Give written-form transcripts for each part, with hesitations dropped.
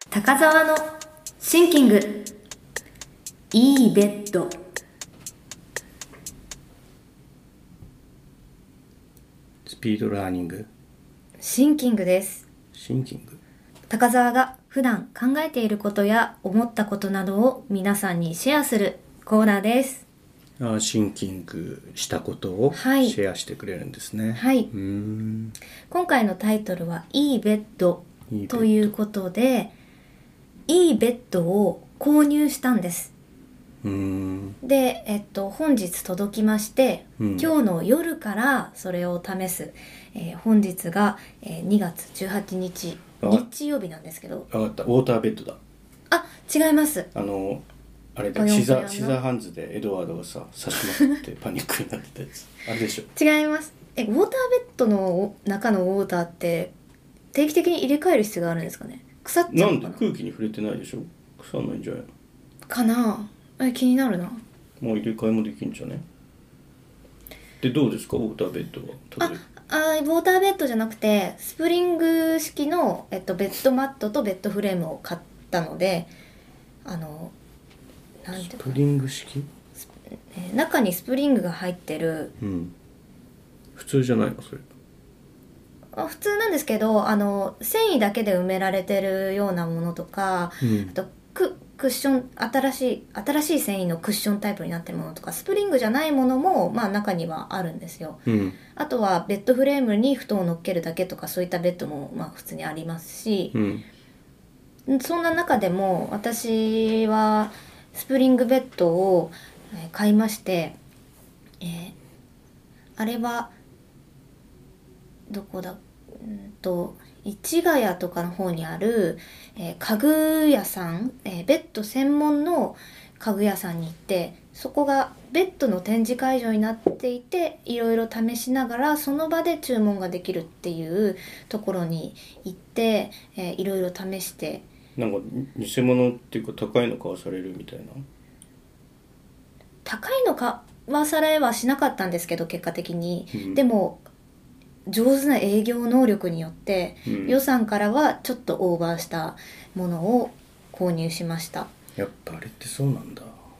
高沢のシンキング、いいベッド。 スピードラーニング、 シンキングです。 シンキング。 高沢が普段考えていることや思ったことなどを皆さんにシェアするコーナーです。 シンキングしたことをシはいェアしてくれるんですね。 はい。 今回のタイトルはいいベッドいいベッドということで、いいベッドを購入したんです。で、本日届きまして、今日の夜からそれを試す、本日が、2月18日日曜日なんですけど。 分かった、ウォーターベッドだ。 あ、違います。 あれだ、シザーハンズでエドワードがさ刺しまくってパニックになってたやつあれでしょ。 違います。ウォーターベッドの中のウォーターって定期的に入れ替える必要があるんですかね。腐っちゃうのかな。 なんで空気に触れてないでしょ。腐んないんじゃないのかな。気になるな。 もう入れ替えもできんじゃね。で、どうですかウォーターベッドは。 ウォーターベッドじゃなくてスプリング式の、ベッドマットとベッドフレームを買ったので、なんていうか、 スプリング式、 中にスプリングが入ってる、 普通じゃないのそれ。 普通なんですけど、繊維だけで埋められてるようなものとか、あとクッション、新しい繊維のクッションタイプになってるものとか、スプリングじゃないものも中にはあるんですよ。あとはベッドフレームに布団を乗っけるだけとか、そういったベッドも普通にありますし、そんな中でも私はスプリングベッドを買いまして、あれはどこだ、市ヶ谷とかの方にある、家具屋さん、ベッド専門の家具屋さんに行って、そこがベッドの展示会場になっていて、いろいろ試しながらその場で注文ができるっていうところに行って、いろいろ試して、 なんか偽物っていうか高いの買わされるみたいな。 高いの買わされはしなかったんですけど、結果的に、でも上手な営業能力によって、予算からはちょっとオーバーしたものを購入しました。 やっぱあれってそうなんだ。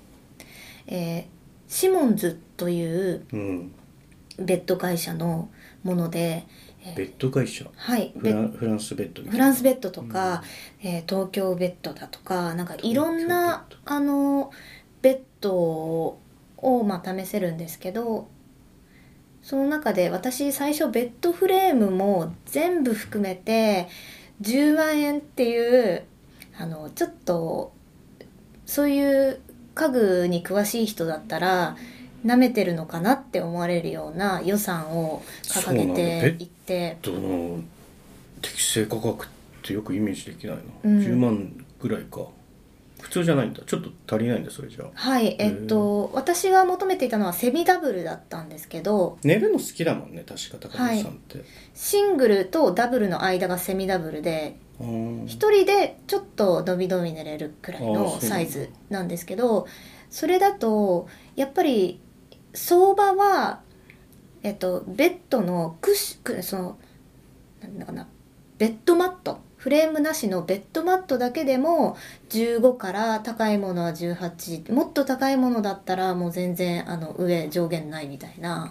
シモンズというベッド会社のもので、 ベッド会社、 はい、 フランスベッドみたいな。 フランスベッドとか、東京ベッドだとか、なんかいろんなベッドを試せるんですけど、その中で私最初ベッドフレームも全部含めて10万円っていうちょっとそういう家具に詳しい人だったら舐めてるのかなって思われるような予算を掲げていって、 ベッドの適正価格ってよくイメージできないな、10万ぐらいか。普通じゃないんだ。ちょっと足りないんだそれじゃあ。 はい、私が求めていたのはセミダブルだったんですけど、 寝るの好きだもんね確か高橋さんって、 シングルとダブルの間がセミダブルで、一人でちょっと伸び伸び寝れるくらいのサイズなんですけど、それだとやっぱり相場は、ベッドのなんだかな、ベッドマット、フレームなしのベッドマットだけでも15から高いものは18、もっと高いものだったらもう全然上上限ないみたいな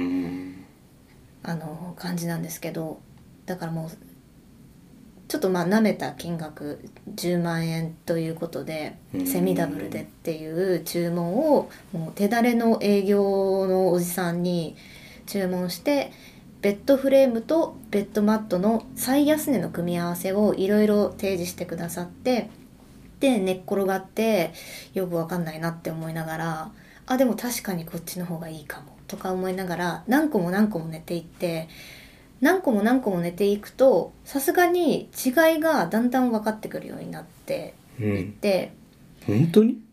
感じなんですけど、だからもうちょっと舐めた金額10万円ということで、セミダブルでっていう注文をもう手だれの営業のおじさんに注文して、ベッドフレームとベッドマットの最安値の組み合わせをいろいろ提示してくださって、で寝っ転がってよくわかんないなって思いながら、でも確かにこっちの方がいいかもとか思いながら何個も寝ていって、何個も寝ていくとさすがに違いがだんだん分かってくるようになっていって、 本当に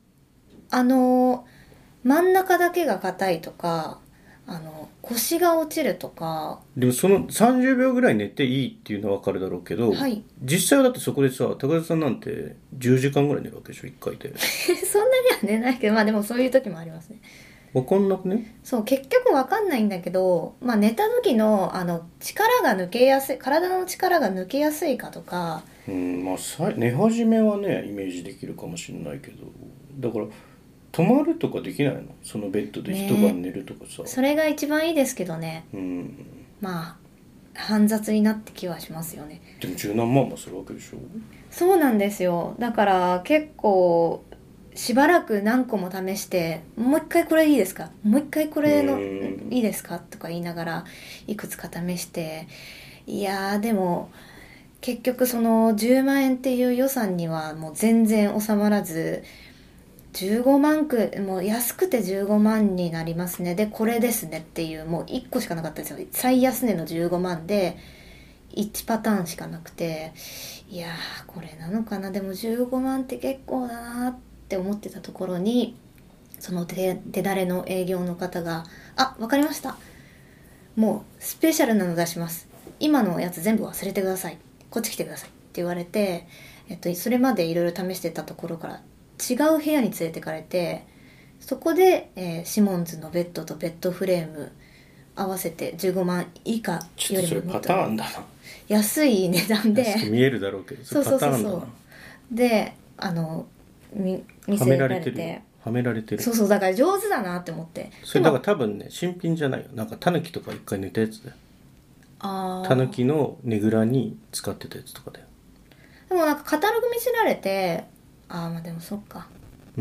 真ん中だけが硬いとか、腰が落ちるとか。 でもその30秒ぐらい寝ていいっていうのは分かるだろうけど、実際はだってそこでさ、高田さんなんて10時間ぐらい寝るわけでしょ1回でそんなには寝ないけど、でもそういう時もありますね。 分かんなくね。 そう結局わかんないんだけど、まあ、寝た時の力が抜けやすい、体の力が抜けやすいかとか。 まあ寝始めはねイメージできるかもしれないけど、だから泊まるとかできないの？そのベッドで一晩寝るとかさ、 それが一番いいですけどね。まあ煩雑になってきはしますよね。 でも十何万もするわけでしょ。 そうなんですよ。だから結構しばらく何個も試して、もう一回これいいですか、もう一回これのいいですかとか言いながらいくつか試して、いやーでも結局その10万円っていう予算にはもう全然収まらず、15万もう安くて15万になりますね、でこれですねっていう、もう1個しかなかったんですよ。最安値の15万で1パターンしかなくて、いやーこれなのかな、でも15万って結構だなって思ってたところに、その手だれの営業の方がわかりました、もうスペシャルなの出します、今のやつ全部忘れてください、こっち来てくださいって言われて、それまでいろいろ試してたところから違う部屋に連れてかれて、そこで、シモンズのベッドとベッドフレーム合わせて15万以下よりもちょっとそれパターンだな、 安い値段で見えるだろうけど、それパターンだな。 で見せられてはめられてる。 そうだから上手だなって思って。 それだから多分ね新品じゃないよ、なんかタヌキとか一回寝たやつだよ。タヌキのねぐらに使ってたやつとかだよ。 でもなんかカタログ見せられて、まあでもそっか、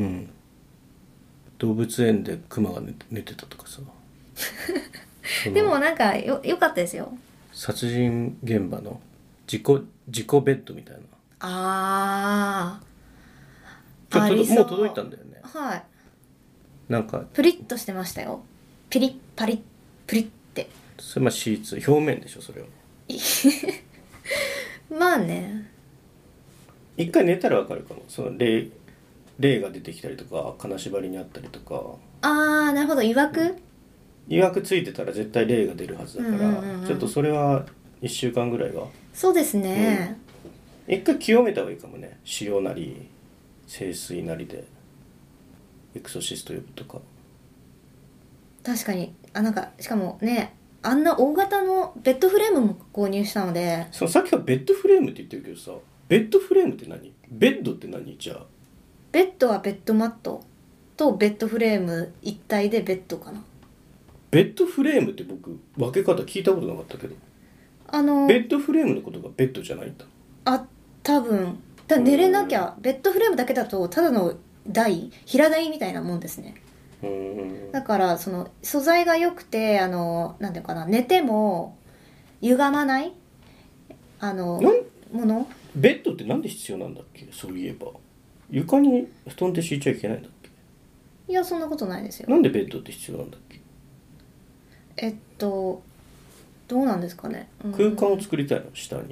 動物園でクマが寝てたとかさでもなんかよかったですよ。 殺人現場の自己ベッドみたいな。もう届いたんだよね。 はい。 なんかプリッとしてましたよ。ピリッパリップリッって。 それまあシーツ表面でしょそれは。 まあね。 一回寝たらわかるかも。その霊が出てきたりとか金縛りにあったりとか。 なるほど、いわくついてたら絶対霊が出るはずだから、ちょっとそれは1週間ぐらいは。 そうですね。 一回清めた方がいいかもね。塩なり聖水なりでエクソシスト呼ぶとか。 確かになんかしかもね、あんな大型のベッドフレームも購入したので。 さっきはベッドフレームって言ってるけどさ、ベッドフレームって何？ベッドって何？じゃあベッドはベッドマットとベッドフレーム一体でベッドかな。 ベッドフレームって僕分け方聞いたことなかったけど、ベッドフレームのことがベッドじゃないんだ。 多分寝れなきゃ、ベッドフレームだけだとただの平台みたいなもんですね。だからその素材が良くてなんていうのかな、寝ても歪まないもの。 ベッドってなんで必要なんだっけ？そういえば床に布団って敷いちゃいけないんだっけ？ いやそんなことないですよ。 なんでベッドって必要なんだっけ？ どうなんですかね。 空間を作りたいの下に。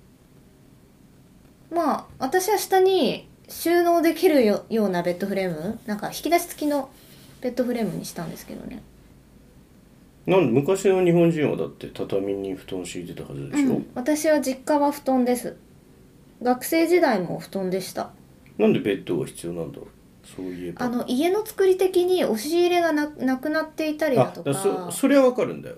まあ私は下に収納できるようなベッドフレーム、なんか引き出し付きのベッドフレームにしたんですけどね。 昔の日本人はだって畳に布団敷いてたはずでしょ。 私は実家は布団です。学生時代も布団でした。 なんでベッドが必要なんだろう。そういえば家の作り的に押し入れがなくなっていたりだとか。 それはわかるんだよ。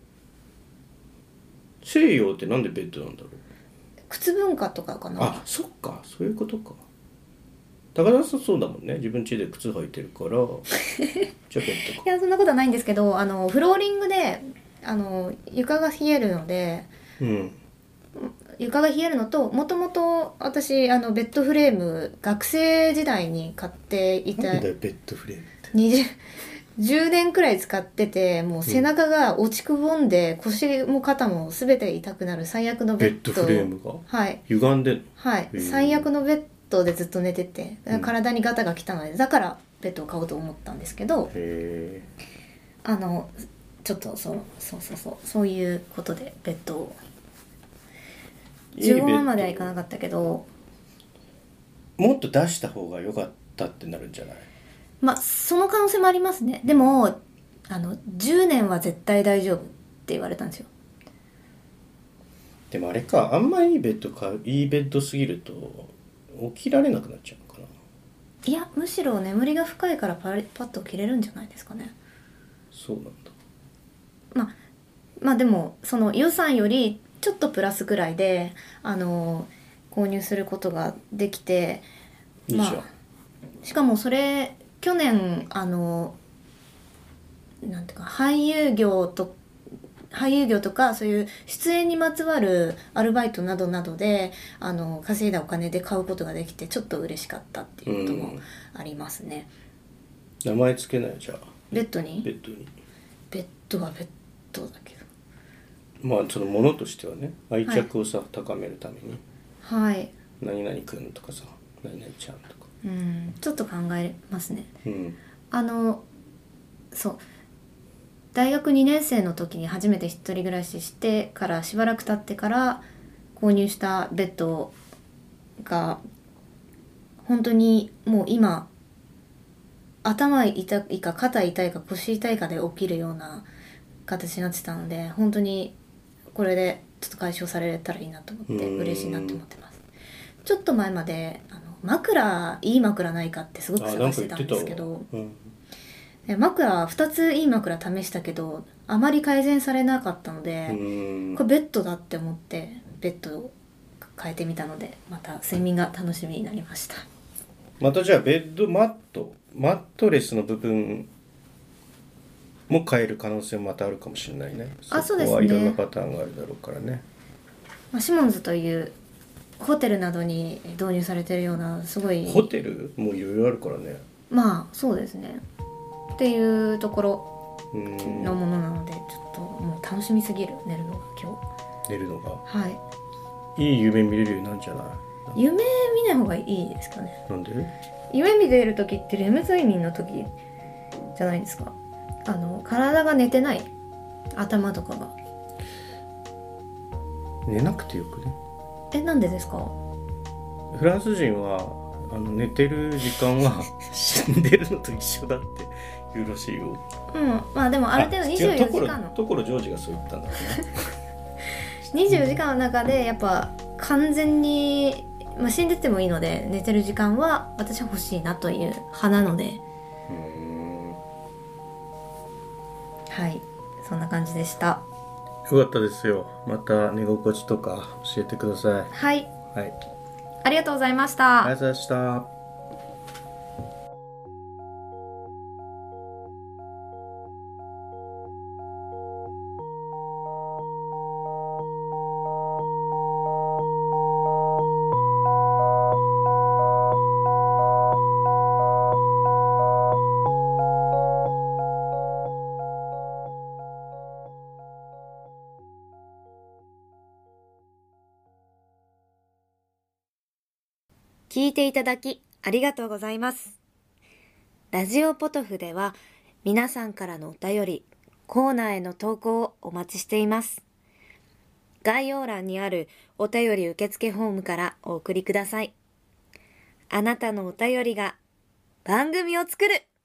西洋ってなんでベッドなんだろう。 靴文化とかかな。 そっか、そういうことか。高田さんそうだもんね、自分家で靴履いてるからじゃあベッドか。 いやそんなことはないんですけど、フローリングで床が冷えるので、床が冷えるのと、もともと私ベッドフレーム学生時代に買っていた。 なんだよベッドフレームって 10年くらい使ってて、もう背中が落ちくぼんで、腰も肩も全て痛くなる最悪のベッド。 ベッドフレームがはい歪んでんの。 はい最悪のベッドでずっと寝てて、体にガタが来たので、だからベッドを買おうと思ったんですけど、ちょっとそういうことでベッドを15万まではいかなかったけど、 もっと出した方が良かったってなるんじゃない？ まあその可能性もありますね。でも10年は絶対大丈夫って言われたんですよ。 でもあれか、あんまいいベッドすぎると起きられなくなっちゃうのかな。 いやむしろ眠りが深いからパッと起きれるんじゃないですかね。 そうなんだ。 まあでもその予算よりちょっとプラスぐらいで購入することができて、 いいじゃん。 しかもそれ去年なんていうか俳優業とかそういう出演にまつわるアルバイトなどなどで稼いだお金で買うことができてちょっと嬉しかったっていうこともありますね。 名前つけないじゃあ。 ベッドにベッドに。 ベッドはベッドだけど、 まあそのものとしてはね、愛着をさ、高めるためにはい、 何々くんとかさ、何々ちゃんとか。 ちょっと考えますね。 うん。 そう大学2年生の時に初めて一人暮らししてからしばらく経ってから購入したベッドが本当にもう今頭痛いか肩痛いか腰痛いかで起きるような形になってたので、本当にこれでちょっと解消されたらいいなと思って嬉しいなって思ってます。ちょっと前までいい枕ないかってすごく探してたんですけど、枕2ついい枕試したけどあまり改善されなかったので、これベッドだって思ってベッドを変えてみたので、また睡眠が楽しみになりました。 またじゃあベッドマットレスの部分も変える可能性もまたあるかもしれないね。 そうですね。 そこはいろんなパターンがあるだろうからね。 シモンズというホテルなどに導入されてるようなすごいホテルもいろいろあるからね。 そうですねっていうところのものなので、ちょっともう楽しみすぎる、寝るのが今日。 寝るのがはいい夢見れるようになるんじゃない？ 夢見ない方がいいですかね。 なんで？ 夢見てる時ってレム睡眠の時じゃないですか。体が寝てない、頭とかが。 寝なくてよくね。 なんでですか？ フランス人は寝てる時間は死んでるのと一緒だって言うらしいよ。 でもある程度24時間の所ジョージがそう言ったんだろうな。 24時間の中でやっぱ完全に、死んでてもいいので寝てる時間は私は欲しいなという派なので、はい、そんな感じでした。 よかったですよ。また寝心地とか教えてください。 はい、 はい、 ありがとうございました。 ありがとうございました。 聞いていただきありがとうございます。ラジオポトフでは皆さんからのお便り、コーナーへの投稿をお待ちしています。概要欄にあるお便り受付フォームからお送りください。あなたのお便りが番組を作る